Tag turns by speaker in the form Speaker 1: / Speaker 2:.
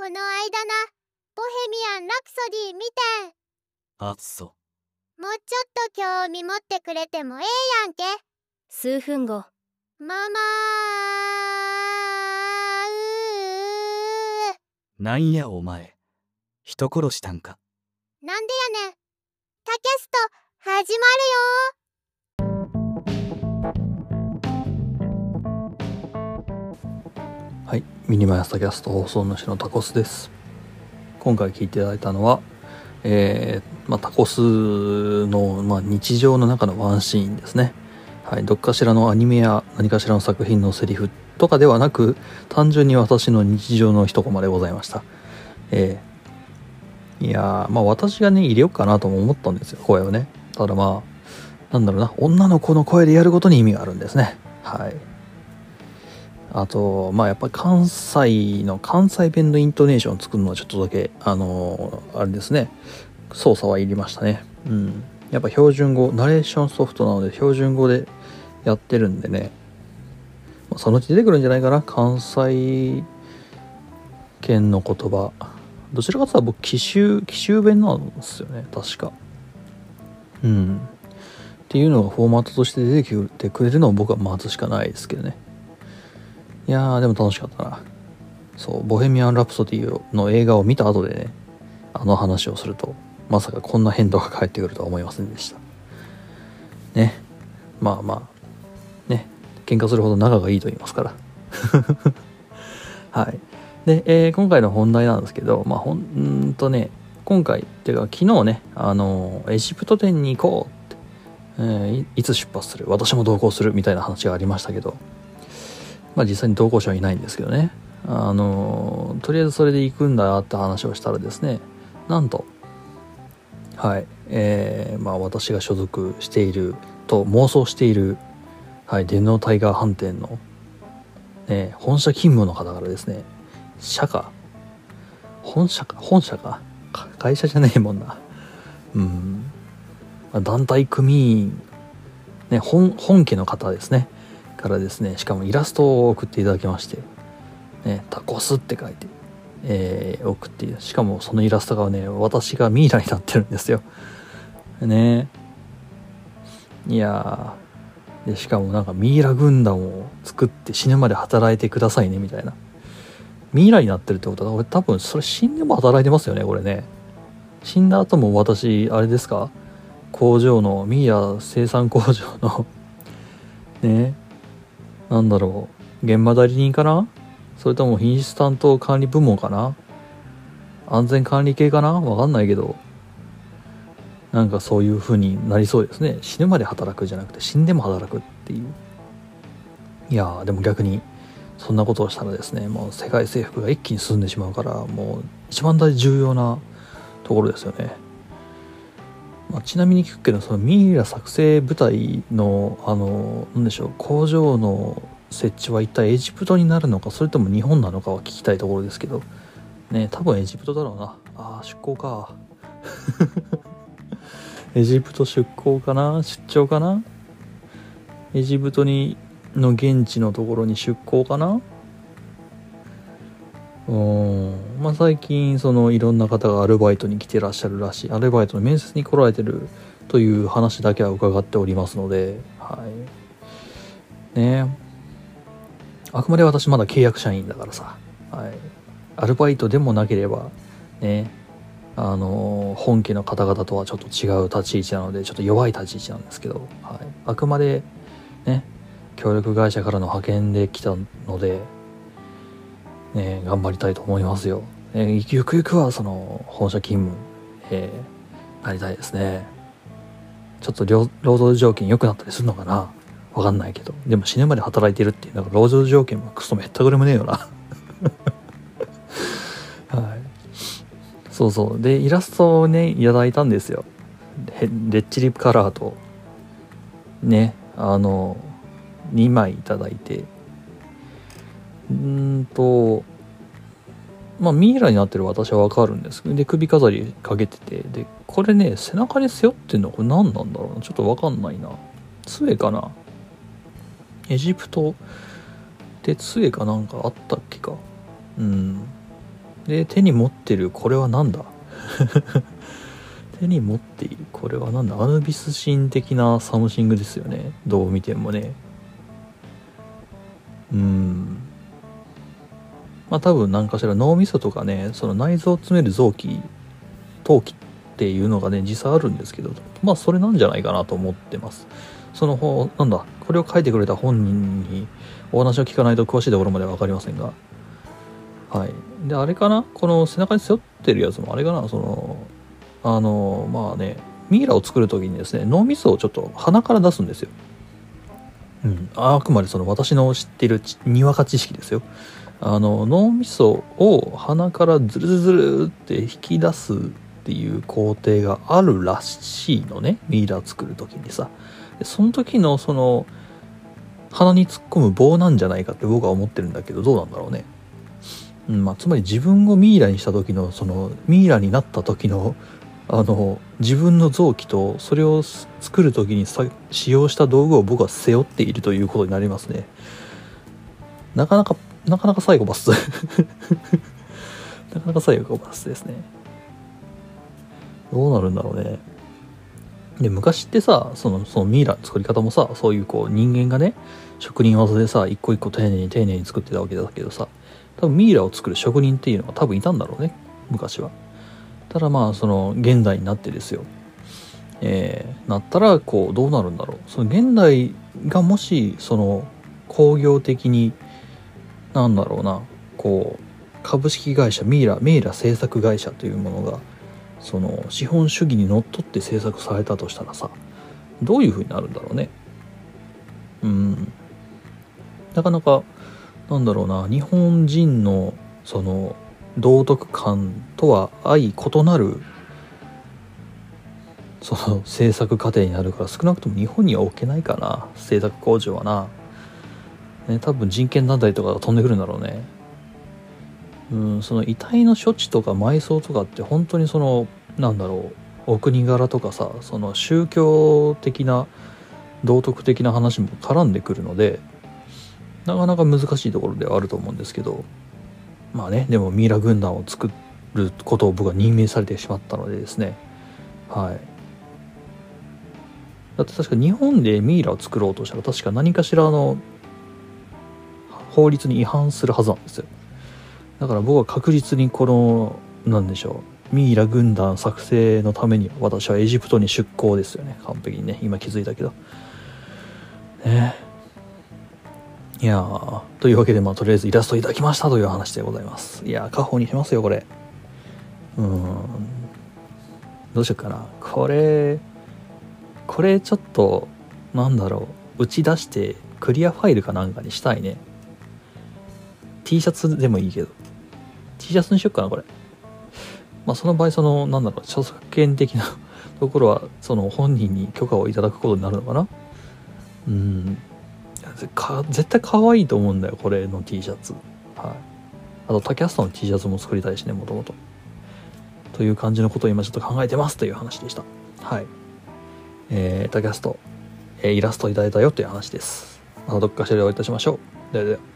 Speaker 1: この間な、ボヘミアン・ラプソディ見てん。
Speaker 2: あ、そ
Speaker 1: もうちょっと興味持ってくれてもええやんけ。
Speaker 3: 数分後。
Speaker 1: ママ
Speaker 2: なんやお前、人殺したんか。
Speaker 1: なんでやねん。タキャスト始ま
Speaker 4: るよ。はい、ミニマヤスタキャスト放送主のタコスです。今回聞いていただいたのは、タコスの、日常の中のワンシーンですね。はい、どっかしらのアニメや何かしらの作品のセリフとかではなく、単純に私の日常の一コマでございました。いやー、私がね入れようかなとも思ったんですよ、声をね。ただなんだろうな、女の子の声でやることに意味があるんですね。はい。あとやっぱり関西弁のイントネーションを作るのはちょっとだけあれですね、操作はいりましたね。やっぱ標準語、ナレーションソフトなので標準語でやってるんでね、そのうち出てくるんじゃないかな、関西圏の言葉。どちらかというと僕紀州弁なんですよね、確か。っていうのがフォーマットとして出てきてくれるのを僕は待つしかないですけどね。いやーでも楽しかったな。そう、ボヘミアン・ラプソディの映画を見た後でね、あの話をするとまさかこんな返答が返ってくるとは思いませんでしたね。ね、喧嘩するほど仲がいいと言いますからはい。で、今回の本題なんですけど、今回っていうか昨日ね、エジプト展に行こうって、いつ出発する、私も同行するみたいな話がありましたけど、実際に同行者はいないんですけどね、とりあえずそれで行くんだって話をしたらですね、なんとはい、私が所属していると妄想している、はい、電脳タイガー飯店の、本社勤務の方からですね、本社か会社じゃねえもんな、団体組員、ね、本家の方ですねからですね、しかもイラストを送っていただきまして、タコスって書いて、送ってしかもそのイラストがね、私がミイラになってるんですよね。いやーで、しかもなんかミイラ軍団を作って死ぬまで働いてくださいねみたいな。ミイラになってるってことは、俺多分それ死んでも働いてますよね、これね。死んだ後も私あれですか、工場のミイラ生産工場のね、なんだろう、現場代理人かな、それとも品質担当管理部門かな、安全管理系かな、わかんないけど、なんかそういう風になりそうですね。死ぬまで働くじゃなくて死んでも働くっていう。いやーでも逆にそんなことをしたらですね、もう世界征服が一気に進んでしまうから、もう一番大重要なところですよね。ちなみに聞くけど、そのミイラ作成部隊のなんでしょう、工場の設置は一体エジプトになるのか、それとも日本なのかは聞きたいところですけどね。多分エジプトだろうな。出港かエジプト出張かな、エジプトの現地のところに出港かな。最近いろんな方がアルバイトに来てらっしゃるらしい、アルバイトの面接に来られてるという話だけは伺っておりますので、はいね。あくまで私まだ契約社員だからさ、はい、アルバイトでもなければね、本家の方々とはちょっと違う立ち位置なので、ちょっと弱い立ち位置なんですけど、はい、あくまでね、協力会社からの派遣で来たので、頑張りたいと思いますよ。ゆくゆくはその本社勤務、なりたいですね。ちょっと労働条件良くなったりするのかな、わかんないけど、でも死ぬまで働いてるっていう、なんか労働条件もクソめったくれもねえよなはい、そうで、イラストをねいただいたんですよ。レッチリカラーとね、2枚いただいて、ミイラになってる私はわかるんですけど、で首飾りかけてて、でこれね、背中に背負ってんのこれ何なんだろうな、ちょっとわかんないな。杖かな、エジプトで杖かなんかあったっけか。 で、手に持ってるこれはなんだ手に持っているこれはなんだ、アヌビス神的なサムシングですよね、どう見てもね。まあ多分何かしら脳みそとかね、その内臓を詰める臓器、陶器っていうのがね実際あるんですけど、まあそれなんじゃないかなと思ってます。その方なんだ、これを書いてくれた本人にお話を聞かないと詳しいところまでは分かりませんが、はい。であれかな、この背中に背負ってるやつもあれかな、そのまあね、ミイラを作る時にですね、脳みそをちょっと鼻から出すんですよ。あくまでその私の知っているにわか知識ですよ。脳みそを鼻からズルズルって引き出すっていう工程があるらしいのね、ミイラを作る時にさ。でその時のその鼻に突っ込む棒なんじゃないかって僕は思ってるんだけど、どうなんだろうね。まあ、つまり自分をミイラにした時のそのミイラになった時の自分の臓器とそれを作る時に使用した道具を僕は背負っているということになりますね。なかなかサイコパスなかなかサイコパスですね。どうなるんだろうね。で昔ってさ、そのミイラの作り方もさ、そういうこう人間がね、職人技でさ一個一個丁寧に作ってたわけだけどさ、多分ミイラを作る職人っていうのが多分いたんだろうね、昔は。ただまあその現代になってですよ、なったらこうどうなるんだろう。その現代がもしその工業的になんだろうな、こう株式会社ミイラ製作会社というものがその資本主義にのっとって制作されたとしたらさ、どういう風になるんだろうね。なかなかなんだろうな、日本人のその道徳観とは相異なるその制作過程になるから、少なくとも日本には置けないかな、製作工場はな、ね、多分人権団体とかが飛んでくるんだろうね。その遺体の処置とか埋葬とかって本当にそのなんだろう、お国柄とかさ、その宗教的な道徳的な話も絡んでくるので、なかなか難しいところではあると思うんですけど、まあね、でもミイラ軍団を作ることを僕は任命されてしまったのでですね、はい。だって確か日本でミイラを作ろうとしたら確か何かしら法律に違反するはずなんですよ。だから僕は確実にこのなんでしょう、ミイラ軍団作成のために私はエジプトに出港ですよね。完璧にね、今気づいたけどね。いやー、というわけでまあとりあえずイラストいただきましたという話でございます。いやー、家宝にしますよこれ。どうしようかな、これちょっとなんだろう、打ち出してクリアファイルかなんかにしたいね。 T シャツでもいいけど T シャツにしよっかなこれ。まあその場合、そのなんだろう、著作権的なところはその本人に許可をいただくことになるのかな。絶対可愛いと思うんだよこれの T シャツ。はい。あとタキャストの T シャツも作りたいしね、もともと。という感じのことを今ちょっと考えてますという話でした。はい。タキャスト、イラストいただいたよという話です。またどっかしらでお会いいたしましょう。ではでは。